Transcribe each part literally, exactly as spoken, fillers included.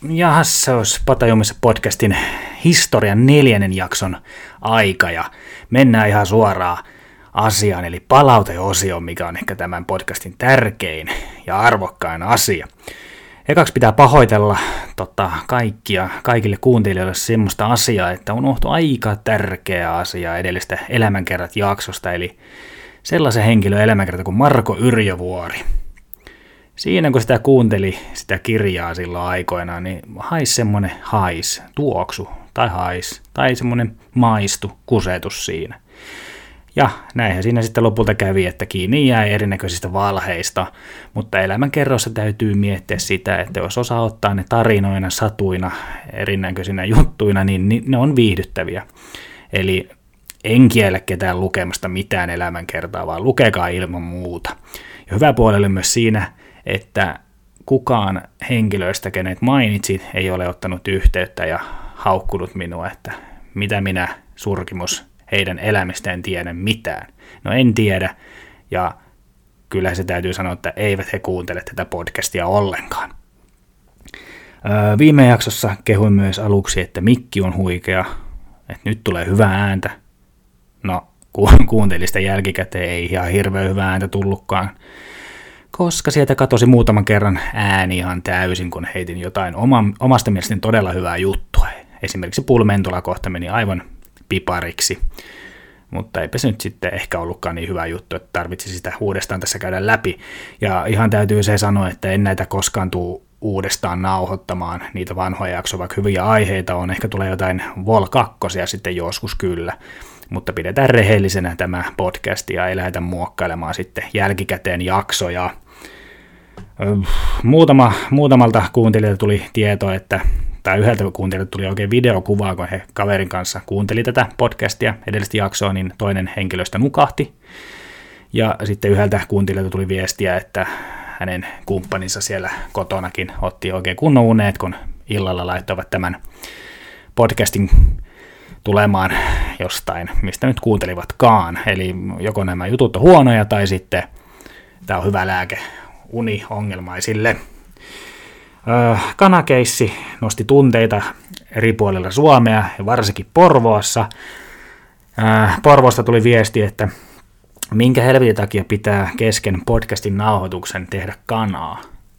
Jahas, se olisi Patajumissa podcastin historian neljännen jakson aika ja mennään ihan suoraan asiaan, eli palauteosio, mikä on ehkä tämän podcastin tärkein ja arvokkain asia. Ekaksi pitää pahoitella tota, kaikkia, kaikille kuuntelijoille semmoista asiaa, että unohtui aika tärkeä asia edellistä elämänkerrat jaksosta, eli sellaisen henkilön elämänkerta kuin Marko Yrjövuori. Siinä kun sitä kuunteli sitä kirjaa silloin aikoinaan, niin haisi semmoinen hais, tuoksu tai hais, tai semmoinen maistu, kusetus siinä. Ja näinhän siinä sitten lopulta kävi, että kiinni jäi erinäköisistä valheista, mutta elämänkerrossa täytyy miettiä sitä, että jos osaa ottaa ne tarinoina, satuina, erinäköisinä juttuina, niin ne on viihdyttäviä. Eli en kiellä ketään lukemasta mitään elämänkertaa, vaan lukekaa ilman muuta. Ja hyvä puolelle myös siinä, että kukaan henkilöistä, kenet mainitsit, ei ole ottanut yhteyttä ja haukkunut minua, että mitä minä, surkimus, heidän elämistään tiedä mitään. No en tiedä, ja kyllä se täytyy sanoa, että eivät he kuuntele tätä podcastia ollenkaan. Öö, viime jaksossa kehuin myös aluksi, että mikki on huikea, että nyt tulee hyvää ääntä. No, kun kuuntelin sitä jälkikäteen, ei ihan hirveän hyvää ääntä tullutkaan, koska sieltä katosi muutaman kerran ääni ihan täysin, kun heitin jotain oman, omasta mielestäni todella hyvää juttua. Esimerkiksi pulmentula kohta meni aivan pipariksi, mutta eipä se nyt sitten ehkä ollutkaan niin hyvä juttu, että tarvitsisi sitä uudestaan tässä käydä läpi. Ja ihan täytyy se sanoa, että en näitä koskaan tule uudestaan nauhoittamaan niitä vanhoja jaksoja, vaikka hyviä aiheita on. Ehkä tulee jotain Vol kakkosia sitten joskus kyllä, mutta pidetään rehellisenä tämä podcast ja ei lähdetä muokkailemaan sitten jälkikäteen jaksoja. Muutama, muutamalta kuuntelijalta tuli tieto, että tai yhdeltä kuuntelijalta tuli oikein videokuvaa, kun he kaverin kanssa kuunteli tätä podcastia edellistä jaksoa, niin toinen henkilöstä nukahti. Ja sitten yhdeltä kuuntelijalta tuli viestiä, että hänen kumppaninsa siellä kotonakin otti oikein kunnon uneet, kun illalla laittoivat tämän podcastin tulemaan jostain, mistä nyt kuuntelivatkaan. Eli joko nämä jutut on huonoja, tai sitten tämä on hyvä lääke uniongelmaisille. Kanakeissi nosti tunteita eri puolilla Suomea ja varsinkin Porvoossa. Porvoosta tuli viesti, että minkä helvetin takia pitää kesken podcastin nauhoituksen tehdä kanaa.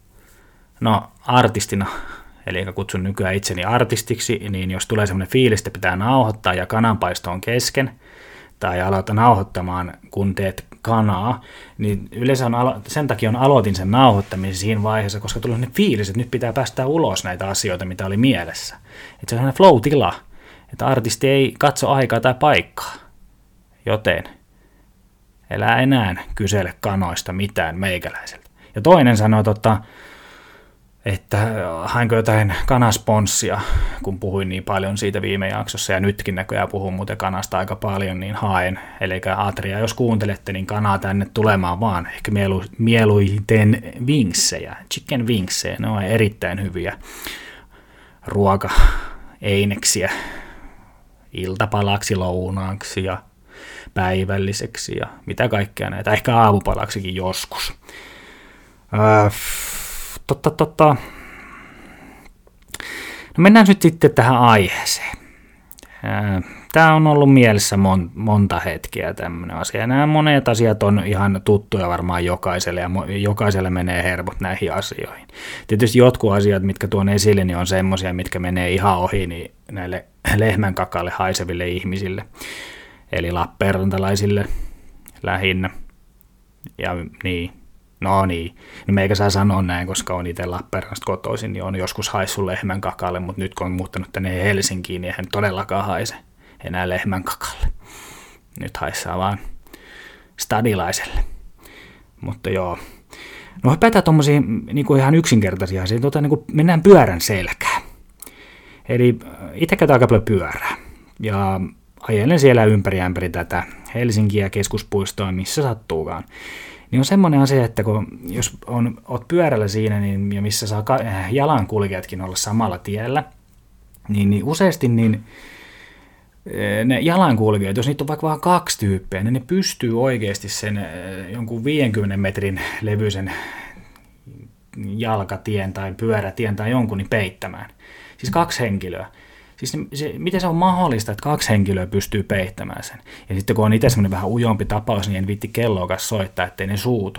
No artistina, eli kutsun nykyään itseni artistiksi, niin jos tulee semmoinen fiilis, että pitää nauhoittaa ja kananpaisto on kesken, tai aloita nauhoittamaan, kun teet kanaa, niin yleensä on alo- sen takia on aloitin sen nauhoittamisen siinä vaiheessa, koska tuli sellainen fiilis, että nyt pitää päästää ulos näitä asioita, mitä oli mielessä. Että se on sellainen flow-tila, että artisti ei katso aikaa tai paikkaa. Joten elää enää kysele kanoista mitään meikäläiseltä. Ja toinen sanoi, tota, että hainko jotain kanasponssia, kun puhuin niin paljon siitä viime jaksossa, ja nytkin näköjään puhun muuten kanasta aika paljon, niin haen. Eli Atria, jos kuuntelette, niin kanaa tänne tulemaan vaan. Ehkä mielu, mieluiten vinksejä, chicken vinksejä, ne on erittäin hyviä ruoka-eineksiä iltapalaksi, lounaaksi ja päivälliseksi ja mitä kaikkea näitä, ehkä aamupalaksikin joskus. Öö, Totta, totta. No mennään nyt sitten tähän aiheeseen. Tämä on ollut mielessä mon, monta hetkeä tämmöinen asia. Nämä monet asiat on ihan tuttuja varmaan jokaiselle, ja jokaiselle menee hermot näihin asioihin. Tietysti jotkut asiat, mitkä tuon esille, niin on semmoisia, mitkä menee ihan ohi niin näille lehmän kakalle haiseville ihmisille, eli lappeenrantalaisille lähinnä. Ja niin. No niin, no meikä saa sanoa näin, koska on itse Lappeenrannasta kotoisin, niin on joskus haissut lehmän kakalle, mutta nyt kun on muuttanut tänne Helsinkiin, niin eihän todellakaan haise enää lehmän kakalle. Nyt haissaa vaan stadilaiselle. Mutta joo, no hypätään tommosia niin kuin ihan yksinkertaisia asioita, tota, niin kuin mennään pyörän selkään. Eli itse käytän aika paljon pyörää, ja ajelen siellä ympäri ämpäri tätä Helsinkiä, keskuspuistoa, missä sattuukaan. Niin on semmoinen asia, että kun, jos on, oot pyörällä siinä, niin, ja missä saa ka- jalankulkijatkin olla samalla tiellä, niin, niin useasti niin, ne jalankulkijat, jos niitä on vaikka vaan kaksi tyyppiä, niin ne pystyy oikeasti sen jonkun viidenkymmenen metrin levyisen jalkatien tai pyörätien tai jonkun niin peittämään. Siis kaksi henkilöä. Siis se, miten se on mahdollista, että kaksi henkilöä pystyy peittämään sen? Ja sitten kun on itse semmoinen vähän ujompi tapaus, niin en viitti kelloa kanssa soittaa, ettei ne suutu.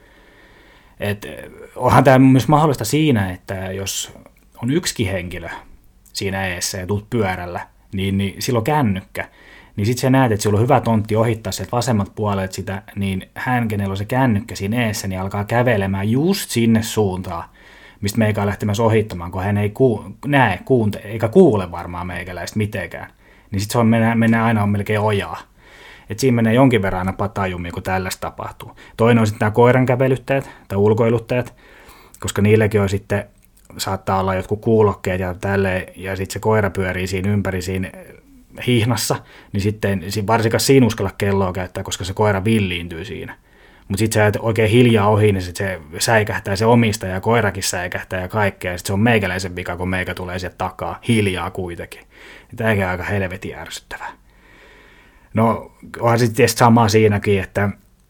Et onhan tämä myös mahdollista siinä, että jos on yksikin henkilö siinä eessä ja tuut pyörällä, niin, niin silloin kännykkä. Niin sitten sä näet, että sulla on hyvä tontti ohittaa sieltä vasemmat puolet sitä, niin hän, kenellä on se kännykkä siinä eessä, niin alkaa kävelemään just sinne suuntaan, mistä meikä on lähtemässä ohittamaan, kun hän ei ku, näe, kuunte, eikä kuule varmaan meikäläistä mitenkään. Niin sitten se on, mennään, mennään aina on melkein ojaa. Et siinä menee jonkin verran aina patajumia, kun tällaista tapahtuu. Toinen on sitten nämä koiran kävelyttäjät tai ulkoiluttajat, koska niilläkin on sitten, saattaa olla jotkut kuulokkeet ja tälleen, ja sitten se koira pyörii siinä ympäri siinä hihnassa, niin sitten varsinkaan siinä uskalla kelloa käyttää, koska se koira villiintyy siinä. Mutta sitten sä et oikein hiljaa ohi, niin sit se säikähtää se omistaja ja koirakin säikähtää ja kaikkea, ja sitten se on meikäläisen vika, kun meikä tulee sieltä takaa, hiljaa kuitenkin. Tämäkin on aika helvetin ärsyttävää. No, onhan sitten sama siinäkin, että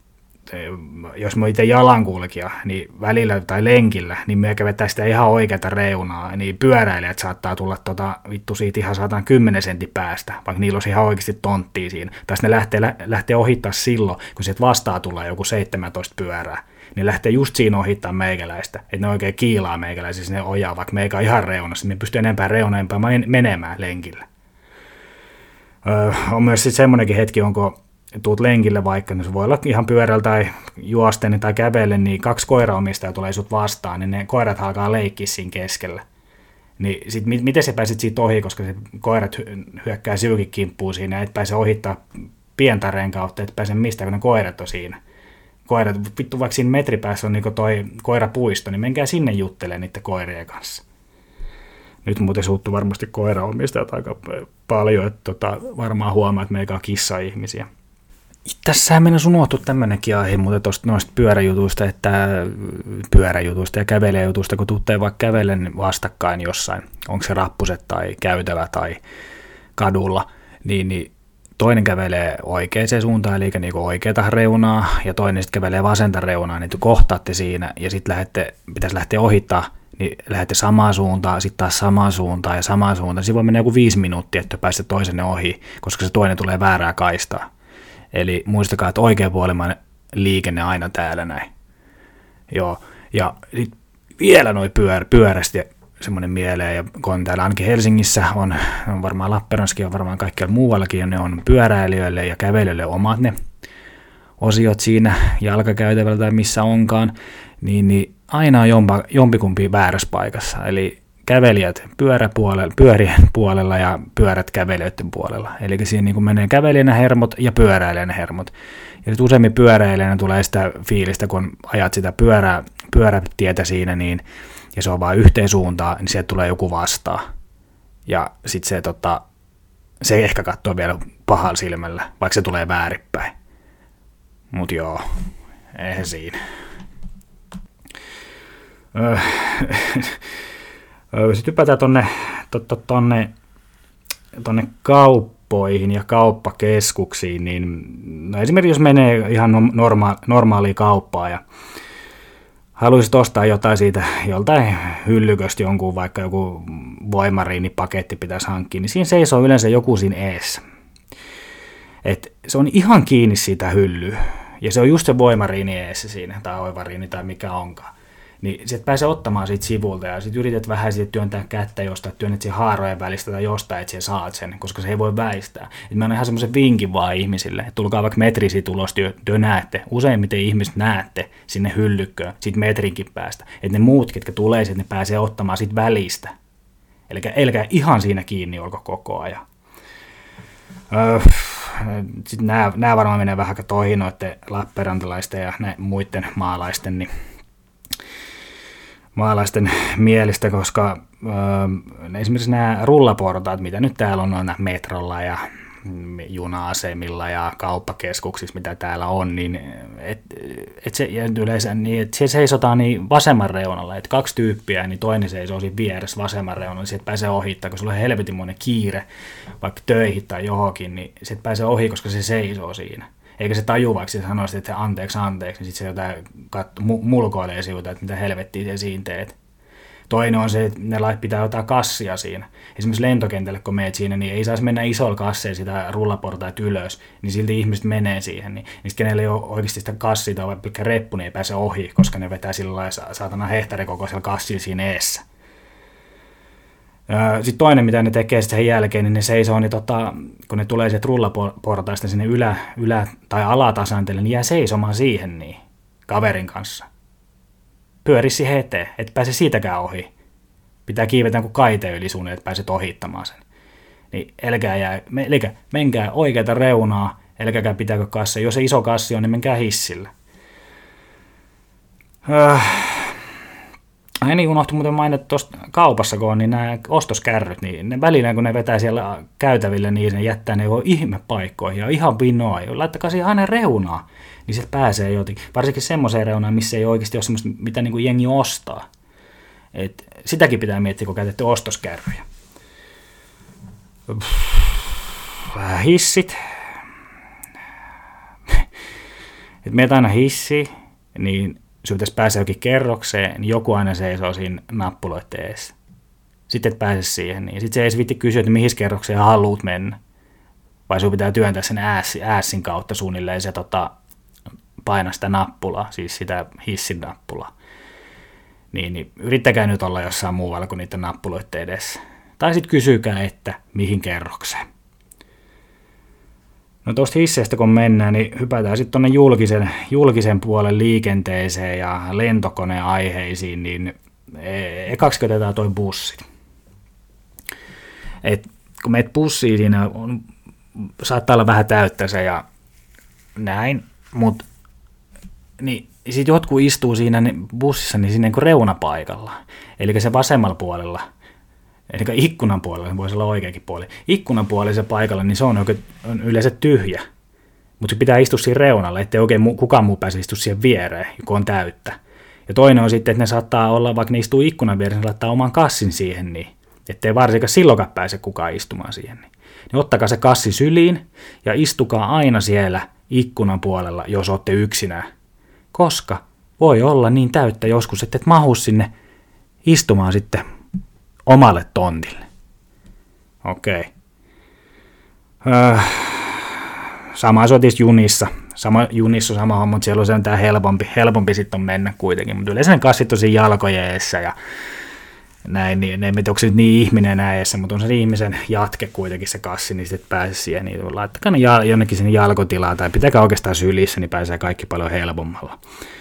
jos mä itse jalankulkija, niin välillä tai lenkillä, niin meikä vetää sitä ihan oikeata reunaa, niin pyöräilijät saattaa tulla tota, vittu siitä ihan saataan kymmenen sentin päästä, vaikka niillä olisi ihan oikeasti tonttia siinä. Tai ne lähtee, lähtee ohittaa silloin, kun sieltä vastaa tulee joku seitsemäntoista pyörää, niin lähtee just siinä ohittaa meikäläistä, että ne oikein kiilaa meikäläisiä sinne ojaa, vaikka meikä on ihan reunassa, niin me pystyy enempää reunaempaa menemään lenkillä. Öö, on myös sitten semmoinenkin hetki, onko tuut lenkille vaikka, niin se voi olla ihan pyörällä tai juosten tai kävellen, niin kaksi koiraomistajaa tulee sut vastaan, niin ne koirat alkaa leikkiä siinä keskellä. Niin sit miten sä pääsit siitä ohi, koska se koirat hyökkää syukin kimppuun siinä, et pääse ohittaa pientareen kautta, et pääse mistään, kun ne koirat on siinä. Koirat, vittu vaikka siinä metripäässä on niin toi koirapuisto, niin menkää sinne juttelemaan niiden koirien kanssa. Nyt muuten suuttuu varmasti koiraomistajat aika paljon, että tota, varmaan huomaa, että meikä on kissa-ihmisiä. Tässähän meidän unohtu tämmöinenkin aihe, mutta tuosta noista pyöräjutuista, että pyöräjutuista ja kävelijäjutuista, kun tuutte vaikka kävellen vastakkain jossain, onko se rappuset tai käytävä tai kadulla, niin, niin toinen kävelee oikeaan suuntaan, eli niin oikeata reunaa, ja toinen sitten kävelee vasenta reunaa, niin te kohtaatte siinä, ja sitten pitäisi lähteä ohittaa, niin lähdette samaan suuntaan, sitten taas samaan suuntaan ja samaan suuntaan. Siinä voi mennä joku viisi minuuttia, että pääsette toisenne ohi, koska se toinen tulee väärää kaistaa. Eli muistakaa, että oikeapuolimainen liikenne aina täällä näin. Joo, ja sitten vielä noin pyör, pyörästi semmoinen mieleen, ja kun on täällä ainakin Helsingissä, on, on varmaan Lappeenrannassakin, on varmaan kaikkialla muuallakin, ja ne on pyöräilijöille ja kävelijöille omat ne osiot siinä jalkakäytävällä tai missä onkaan, niin, niin aina on jompa, jompikumpi väärässä paikassa, eli kävelijät pyöräpuolella, pyörien puolella ja pyörät kävelijöiden puolella. Eli siinä niin kuin menee kävelijänä hermot ja pyöräilijänä hermot. Ja sitten useammin pyöräilijänä tulee sitä fiilistä, kun ajat sitä pyörää, pyörätietä siinä, niin, ja se on vain yhteen suuntaan, niin sieltä tulee joku vastaan. Ja sitten se, tota, se ehkä katsoo vielä pahalla silmällä, vaikka se tulee väärinpäin. Mut joo, eihän siinä. Sitten hypätään tuonne tonne, tonne kauppoihin ja kauppakeskuksiin, niin no esimerkiksi jos menee ihan norma- normaalia kauppaa ja haluaisit ostaa jotain siitä, joltain hyllyköstä jonkun, vaikka joku voimariinipaketti pitäisi hankkia, niin siinä seisoo yleensä joku siinä eessä. Et se on ihan kiinni siitä hyllyä, ja se on just se voimariini eessä siinä, tai oivariini tai mikä onkaan. Niin sit pääsee ottamaan siitä sivulta ja sit yrität vähän siitä työntää kättä jostain, työnnät siihen haarojen välistä tai jostain, että siellä saat sen, koska se ei voi väistää. Et mä annan ihan semmoisen vinkin vaan ihmisille, että tulkaa vaikka metri siitä ulos, työ näette, useimmiten ihmiset näette sinne hyllykköön, siitä metrinkin päästä, että ne muut, ketkä tulee, ne pääsee ottamaan siitä välistä. Eli elkää ihan siinä kiinni olko koko ajan. Öö, sitten nämä, nämä varmaan menee vähän toihin noiden lappeenrantalaisten ja muiden maalaisten, niin maalaisten mielestä, koska ö, esimerkiksi nämä rullaportaat, mitä nyt täällä on noina metrolla ja juna-asemilla ja kauppakeskuksissa, mitä täällä on, niin et, et se, ja yleensä niin, et se seisotaan niin vasemman reunalla, että kaksi tyyppiä, niin toinen seisoo siinä vieressä vasemman reunalla, niin sieltä pääsee ohittaa, kun sulla on helvetinmoinen kiire, vaikka töihin tai johonkin, niin sieltä pääsee ohi, koska se seisoo siinä. Eikä se taju, vaikka se sanoisi, että anteeksi, anteeksi, niin sitten se jotain katso, mulkoilee sivuta, että mitä helvettiä se siinä teet. Toinen on se, että ne pitää jotain kassia siinä. Esimerkiksi lentokentälle, kun meet siinä, niin ei saisi mennä isolla kasseilla sitä rullaportaat ylös, niin silti ihmiset menee siihen. Niin, niin kenellä ei ole oikeasti sitä kassia tai pelkkä reppu, niin ei pääse ohi, koska ne vetää sillä lailla saatana hehtaarikokoisella kassilla siinä eessä. Sitten toinen, mitä ne tekee sen jälkeen, niin ne seisoo, niin tota, kun ne tulee sieltä rullaportaista sinne ylä, ylä- tai alatasanteelle, niin jää seisomaan siihen niin, kaverin kanssa. Pyöri siihen eteen, et pääse siitäkään ohi. Pitää kiivetä kuin kaiteen yli suunnilleen, että pääset ohittamaan sen. Niin älkää jää, me, eli menkää oikeata reunaa, älkääkään pitääkö kassia. Jos se iso kassi on, niin menkää hissillä. Öö. Ai niin, unohtui muuten mainita tuosta kaupassa, kun on niin nämä ostoskärryt, niin ne välillä kun ne vetää siellä käytäville, niin ne jättää ne ihme paikkoihin ja ihan pinoa. Laittakaa siihen aina reunaa, niin sieltä pääsee jotenkin. Varsinkin semmoiseen reunaan, missä ei oikeasti ole semmoista, mitä niin kuin jengi ostaa. Et sitäkin pitää miettiä, kun käytätte ostoskärryjä. Hissit. Et meet aina hissiin, niin sinun pitäisi päästä jokin kerrokseen, niin joku aina seisoo siinä nappuloiden eessä. Sitten et pääse siihen, niin sitten se ei viitti kysyä, että mihin kerrokseen haluat mennä. Vai sinun pitää työntää sen äässin kautta suunnilleen se tota, paina sitä nappulaa, siis sitä hissin nappulaa. Niin, niin yrittäkää nyt olla jossain muualla kuin niiden nappuloiden edessä. Tai sitten kysykää, että mihin kerrokseen. No tuosta hisseistä kun mennään, niin hypätään sitten tuonne julkisen, julkisen puolen liikenteeseen ja lentokoneaiheisiin, niin ekaksi otetaan toi bussit. Et kun meet bussiin, siinä on, saattaa olla vähän täyttä se ja näin, mutta niin, sitten jotkut istuu siinä bussissa niin siinä niin kuin reunapaikalla, eli se vasemmalla puolella. Eli ikkunan puolella, se voisi olla oikeakin puoli. Ikkunan puolella se paikalla, niin se on, on yleensä tyhjä. Mutta se pitää istua siinä reunalla, ettei oikein mu- kukaan muu pääse istua siihen viereen, kun on täyttä. Ja toinen on sitten, että ne saattaa olla, vaikka ne istuu ikkunan viereen, ne laittaa oman kassin siihen, niin ettei varsinkaan silloinkaan pääse kukaan istumaan siihen. Niin, niin ottakaa se kassi syliin ja istukaa aina siellä ikkunan puolella, jos olette yksinään. Koska voi olla niin täyttä joskus, että et mahu sinne istumaan sitten omalle tontille. Okei. Öö, sama se on tietysti junissa. Sama, junissa on sama homma, mutta siellä on sentään helpompi, helpompi sitten on mennä kuitenkin. Mutta yleensä ne kassit on siinä jalkojen eessä ja näin, niin ne onko se nyt niin ihminen näessä, mutta on se ihmisen jatke kuitenkin se kassi, niin sitten pääse siihen. Niin laittakaa ne jonnekin sinne jalkotilaan tai pitäkää oikeastaan sylissä, niin pääsee kaikki paljon helpommalla.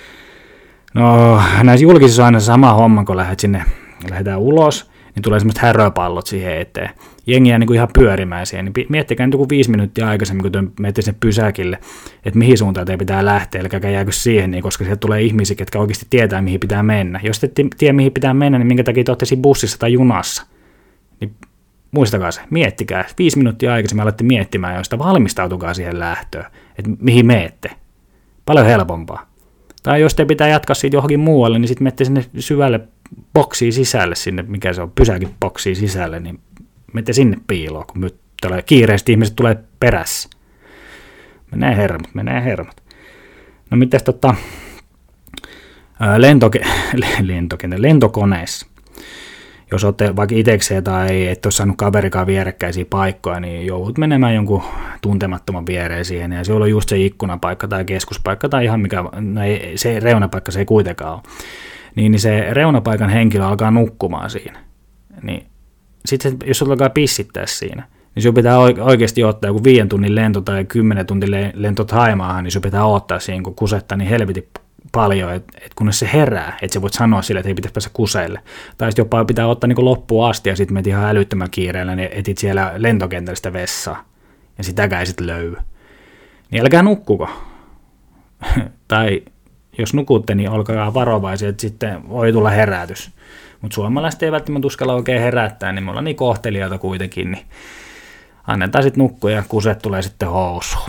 No näissä julkisissa on aina sama homma, kun lähdet sinne, lähdetään ulos, niin tulee semmoiset häröpallot siihen eteen. Jengi jää niin ihan pyörimään siihen, niin miettikää nyt joku viisi minuuttia aikaisemmin, kun menette sinne pysäkille, että mihin suuntaan teidän pitää lähteä, eli jääkö siihen, niin koska sieltä tulee ihmisiä, jotka oikeasti tietää, mihin pitää mennä. Jos te ette tiedä, mihin pitää mennä, niin minkä takia te olette siinä bussissa tai junassa, niin muistakaa se, miettikää. Viisi minuuttia aikaisemmin alatte miettimään, josta valmistautukaa siihen lähtöön, että mihin meette. Paljon helpompaa. Tai jos te pitää jatkaa siitä johonkin muualle, niin sitten menette sinne syvälle boksiin sisälle, sinne, mikä se on, pysäkin boksiin sisälle, niin menette sinne piiloon, kun nyt kiireesti ihmiset tulee perässä. Menee hermot, menee hermot. No mites tota, lentoke- lentokenttä, lentokoneessa, jos olette vaikka itsekseen tai ette ole saanut kaverikaan vierekkäisiä paikkoja, niin joudut menemään jonkun tuntemattoman viereen siihen, ja se on just se ikkunapaikka tai keskuspaikka tai ihan mikä, no ei, se reunapaikka se ei kuitenkaan ole. Niin, niin se reunapaikan henkilö alkaa nukkumaan siinä. Niin, sitten jos sulla alkaa pissittää siinä, niin sinun pitää oikeasti ottaa joku viiden tunnin lento tai kymmenen tunnin lento Thaimaahan, niin sinun pitää ottaa siinä, kun kusettaa niin helvetin paljon, että et kunnes se herää, että sä voit sanoa sille, että ei pitäisi päästä kuseille. Tai sitten jopa pitää ottaa niin loppuun asti ja sitten menet ihan älyttömän kiireellä, niin etit siellä lentokentällä sitä vessaa. Ja sitäkään ei sitten löydy. Niin älkää nukkuko. Tai jos nukutte, niin olkaa varovaisia, että sitten voi tulla herätys. Mutta suomalaiset ei välttämättä uskalla oikein herättää, niin me ollaan niin kohtelijoita kuitenkin, niin annetaan sitten nukkua ja kuset tulee sitten housuun.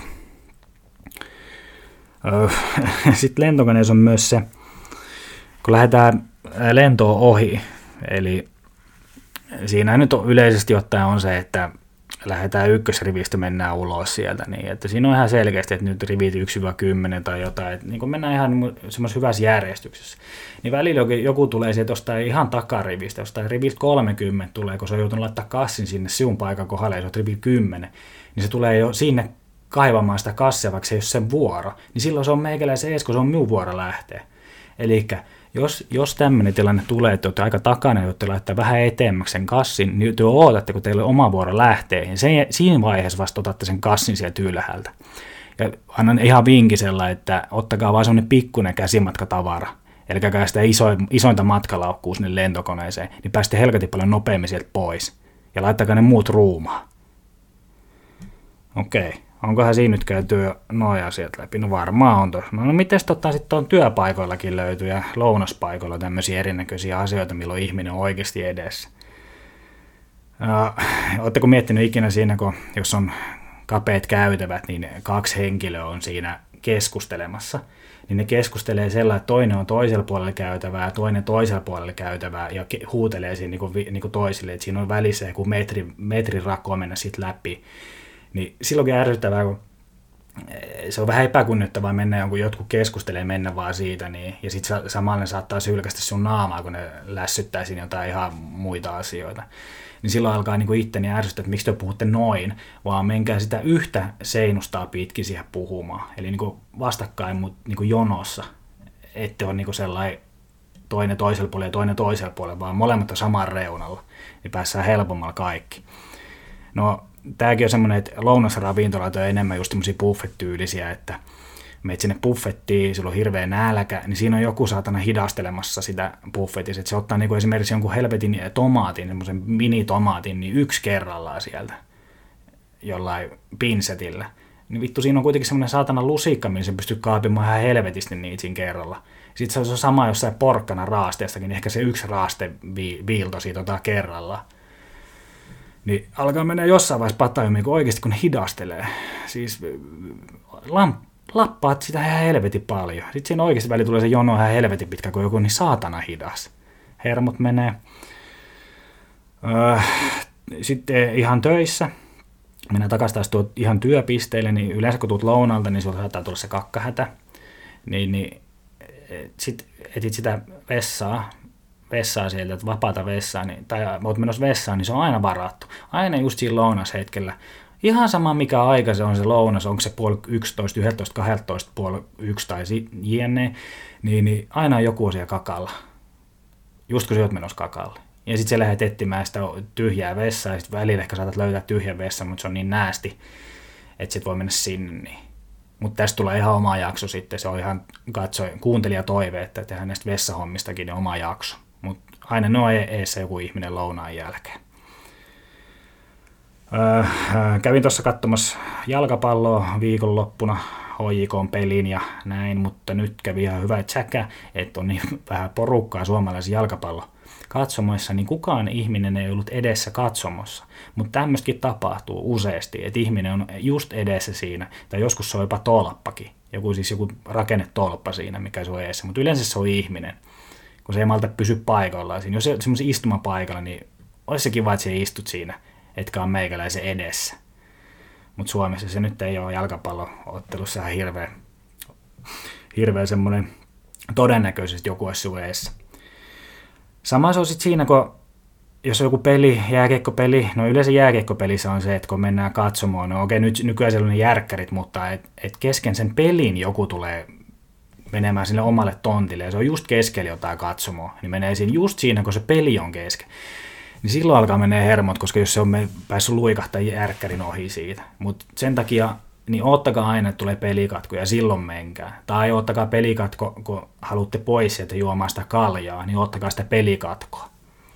Sitten lentokoneessa on myös se, kun lähdetään lentoon ohi, eli siinä nyt yleisesti ottaen on se, että lähdetään ykkösrivistä, mennään ulos sieltä, niin että siinä on ihan selkeästi, että nyt rivit yksi kymmenen tai jotain, että niin kun mennään ihan semmoisessa hyvässä järjestyksessä. Niin välillä joku tulee sieltä jostain ihan takarivistä, jostain rivistä kolmekymmentä tulee, kun se on joutunut laittaa kassin sinne sinun paikan kohdalle, ja se on rivi kymmenen, niin se tulee jo sinne kaivamaan sitä kassia, vaikka se ei ole sen vuoro, niin silloin se on meikäläisen ees, kun se on minun vuoro lähteä. Elikkä Jos, jos tämmöinen tilanne tulee, että olette aika takana ja olette laittaa vähän eteemmäksi sen kassin, niin te odotatte, kun teille oma vuoro lähtee, ja sen, siinä vaiheessa vasta otatte sen kassin sieltä ylhäältä. Ja annan ihan vinkisellä, että ottakaa vaan semmoinen pikkuinen käsimatkatavara, eli käykää sitä iso, isointa matkalaukkuu sinne lentokoneeseen, niin pääsette helkatin paljon nopeammin sieltä pois, ja laittakaa ne muut ruumaan. Okei. Onkohan siinä nyt käyty noja sieltä läpi? No varmaan on tuossa. No, no miten tota sitten tuon työpaikoillakin löytyy ja lounaspaikoilla tämmöisiä erinäköisiä asioita, milloin ihminen on oikeasti edessä? Oletteko miettinyt ikinä siinä, kun jos on kapeat käytävät, niin kaksi henkilöä on siinä keskustelemassa, niin ne keskustelee sellainen, että toinen on toisella puolella käytävää, toinen toisella puolella käytävää ja huutelee siinä niin kuin, niin kuin toisille, että siinä on välissä joku metri, metrin rako mennä sitten läpi. Niin silloinkin ärsyttävää, kun se on vähän epäkunnioittavaa mennä jonkun jotkut keskustelee mennä vaan siitä, niin, ja sitten samalla ne saattaa sylkästä sun naamaa, kun ne lässyttää siinä jotain ihan muita asioita. Niin silloin alkaa niinku itteni ärsyttää, että miksi te puhutte noin, vaan menkää sitä yhtä seinustaa pitkin siihen puhumaan. Eli niinku vastakkain, mutta niinku jonossa, ette ole niinku sellainen toinen toisella puolella ja toinen toisella puolella, vaan molemmat on saman reunalla, niin päässään helpommalla kaikki. No, tämäkin on semmoinen, että lounasravintolat on enemmän just semmoisia buffet-tyylisiä, että menet sinne buffettiin, sulla on hirveä nälkä, niin siinä on joku saatana hidastelemassa sitä buffetissa, että se ottaa niinku esimerkiksi jonkun helvetin tomaatin, semmoisen mini-tomaatin, niin yksi kerrallaan sieltä jollain pinsetillä. Niin vittu, siinä on kuitenkin semmoinen saatana lusikka, millä se pystyy kaapimaan ihan helvetisti niitä siinä kerralla. Sitten se on sama jossain porkkana raasteestakin, niin ehkä se yksi raaste viilto siitä ottaa kerrallaan. Niin alkaa mennä jossain vaiheessa patajumiin, kun oikeasti kun ne hidastelee. Siis lamp, lappaat sitä ihan helvetin paljon. Sitten siinä oikeasti väli tulee se jono ihan helvetin pitkä, kun joku niin saatana hidas. Hermot menee. Öö, sitten ihan töissä. Mennään takaisin taas tuot ihan työpisteille, niin yleensä kun tulet lounalta, niin sinulla saattaa tulla se kakkahätä. Niin, niin sitten etit sitä vessaa. vessaa sieltä, että vapaata vessaa, niin, tai olet menossa vessaan, niin se on aina varattu. Aina just siinä lounashetkellä. Ihan sama mikä aika se on se lounas, onko se puoli yksitoista, yksitoista, kaksitoista, puoli yksi tai jne, niin, niin aina on joku siellä kakalla. Just kun sä oot menossa kakalle. Ja sitten sä lähdet etsimään sitä tyhjää vessaa, ja sitten välillä ehkä saatat löytää tyhjän vessan, mutta se on niin näästi, että sit voi mennä sinne. Niin. Mutta tästä tulee ihan oma jakso sitten, se on ihan katsoi, kuuntelija toive, että tehdään näistä vessahommistakin niin oma jakso. Mutta aina ne on eessä joku ihminen lounaan jälkeen. Öö, kävin tuossa katsomassa jalkapalloa viikonloppuna H J K:n pelin ja näin, mutta nyt kävi ihan hyvä tsäkä, että on niin vähän porukkaa suomalaisen jalkapallo katsomoissa, niin kukaan ihminen ei ollut edessä katsomossa. Mutta tämmöistäkin tapahtuu useasti, että ihminen on just edessä siinä, tai joskus se on jopa tolppakin, joku, siis joku rakennetolppa siinä, mikä se on edessä, mutta yleensä se on ihminen, kun se ei malta pysy paikallaan siinä. Jos se on semmoisen istumapaikalla, niin olisi se kiva, että se istut siinä, etkä on meikäläisen edessä. Mutta Suomessa se nyt ei ole jalkapallo-ottelussa ihan hirveä, hirveä semmoinen todennäköisesti joku olisi sun edessä. Sama se on sitten siinä, kun jos on joku peli, jääkiekkopeli, no yleensä jääkiekkopelissä on se, että kun mennään katsomaan, no okei, nyt nykyään siellä on ne järkkärit, mutta et, et kesken sen pelin joku tulee menemään sinne omalle tontille, ja se on just keskellä jotain katsomoa, niin menee siinä just siinä, kun se peli on kesken. Niin silloin alkaa menee hermot, koska jos se on päässyt luikahtaa järkkärin ohi siitä. Mutta sen takia, niin oottakaa aina, että tulee pelikatko, ja silloin menkää. Tai oottakaa pelikatko, kun haluatte pois sieltä juomaan sitä kaljaa, niin oottakaa sitä pelikatkoa.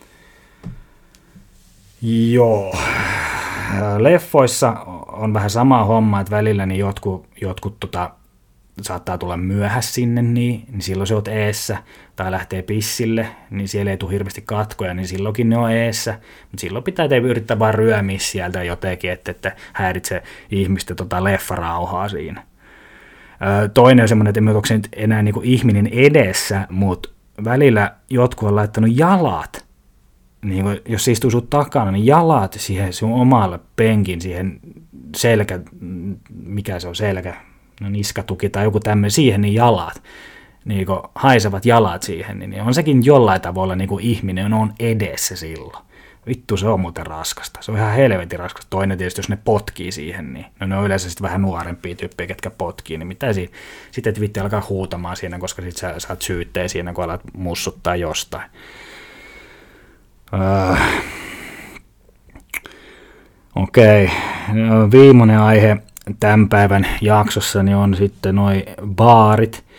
Joo. Leffoissa on vähän sama homma, että välillä niin jotkut, jotkut tota, saattaa tulla myöhässä sinne, niin, niin silloin se oot eessä, tai lähtee pissille, niin siellä ei tule hirveästi katkoja, niin silloinkin ne on eessä, mutta silloin pitää teille yrittää vaan ryömiä sieltä jotenkin, että, että häiritsee ihmisten tota leffarauhaa siinä. Öö, toinen on semmoinen, että en onko se nyt enää niin kuin ihminen edessä, mutta välillä jotkut on laittanut jalat niin kuin, jos se istuu sun takana, niin jalat siihen sun omalle penkin, siihen selkä, mikä se on selkä, no niskatuki tai joku tämmöinen, siihen niin jalat, niin kuin haisevat jalat siihen, niin on sekin jollain tavalla niin kuin ihminen on edessä silloin. Vittu, se on muuten raskasta. Se on ihan helvetin raskasta. Toinen tietysti, jos ne potkii siihen, niin no ne on yleensä sitten vähän nuorempia tyyppejä, ketkä potkii, niin mitä siinä? Sitten et vitti alkaa huutamaan siinä, koska sit sä saat syytteen siinä, kun alat mussuttaa jostain. Uh. Okei, okay. No, viimeinen aihe tämän päivän jaksossa niin on sitten noi baarit.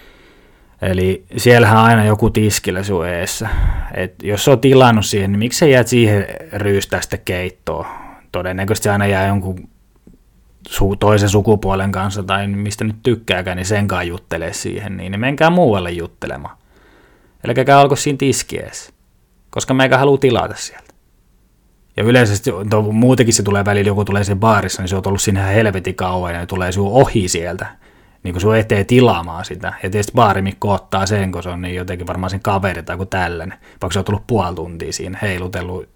Eli siellähän on aina joku tiskillä sun eessä. Et jos sä oot tilannut siihen, niin miksi sä jäät siihen ryystää sitä keittoa? Todennäköisesti aina jää jonkun su- toisen sukupuolen kanssa tai mistä nyt tykkääkään, niin sen kanssa juttelee siihen. Niin menkää muualle juttelemaan. Elikkä alko siinä tiskiessä, koska meikä haluaa tilata sieltä. Ja yleisesti muutenkin se tulee välillä, joku tulee sen baarissa, niin se on ollut siinä ihan helvetin kauan ja ne tulee sun ohi sieltä. Niin kuin sun eteen tilaamaan sitä. Ja tietysti baarimikko ottaa sen, kun se on niin jotenkin varmaan sen kaveri tai kuin tällainen. Vaikka se on tullut puoli tuntia siinä heilutellut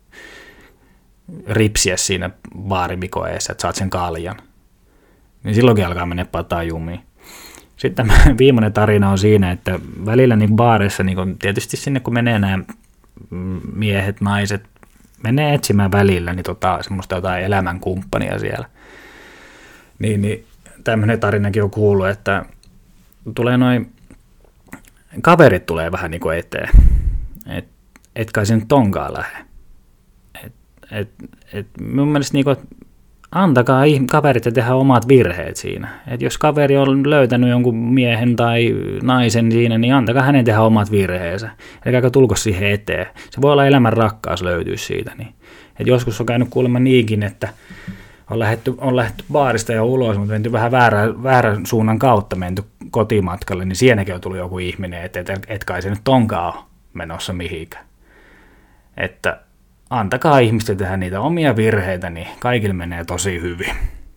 ripsiä siinä baarimikon eessä, että saat sen kaljan. Niin silloinkin alkaa mennä pataa jumiin. Sitten viimeinen tarina on siinä, että välillä niin baareissa, niin tietysti sinne kun menee nämä miehet, naiset, menee etsimään välillä niin tota, semmoista jotain elämänkumppania siellä. Niin, niin tämmöinen tarinakin on kuullut, että tulee noin, kaverit tulee vähän niin kuin eteen, et, et kai se nyt tonkaan lähde. Et, et, et mun mielestä niin kuin, antakaa kaverit ja tehdä omat virheet siinä. Et jos kaveri on löytänyt jonkun miehen tai naisen siinä, niin antakaa hänen tehdä omat virheensä. Eli tulko siihen eteen. Se voi olla elämän rakkaus löytyä siitä. Niin. Et joskus on käynyt kuulemma niinkin, että On lähdetty, on lähdetty baarista ja ulos, mutta menty vähän väärän, väärän suunnan kautta menty kotimatkalle, niin sielläkin on tullut joku ihminen, että et, et kai se nyt onkaan ole menossa mihinkään. Että antakaa ihmisten tehdä niitä omia virheitä, niin kaikille menee tosi hyvin.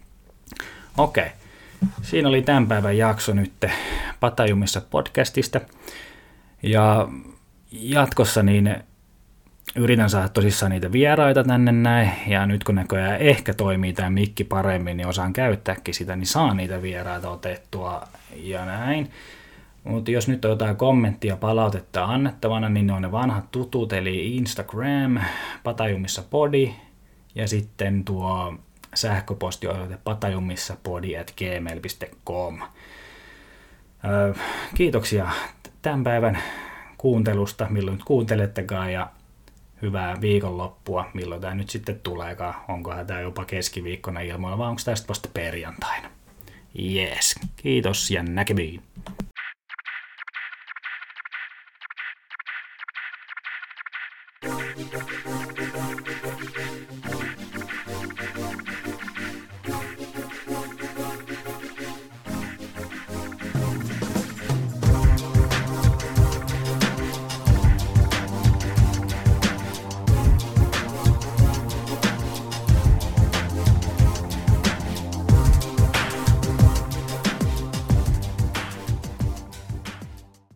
Okei, siinä oli tämän päivän jakso nyt Patajumissa podcastista. Ja jatkossa niin yritän saada tosissaan niitä vieraita tänne näin, ja nyt kun näköjään ehkä toimii tämä mikki paremmin, niin osaan käyttääkin sitä, niin saan niitä vieraita otettua ja näin. Mutta jos nyt on jotain kommenttia palautetta annettavana, niin ne on ne vanhat tutut, eli Instagram, patajumissapodi, ja sitten tuo sähköpostiosoite patajumissapodi at gmail dot com. Öö, kiitoksia tämän päivän kuuntelusta, milloin nyt kuuntelettekaan, ja hyvää viikonloppua, milloin tämä nyt sitten tuleekaan. Onkohan tämä jopa keskiviikkona ilmoilla, vai onko tämä sitten vasta perjantaina? Jees, kiitos ja näkemiin.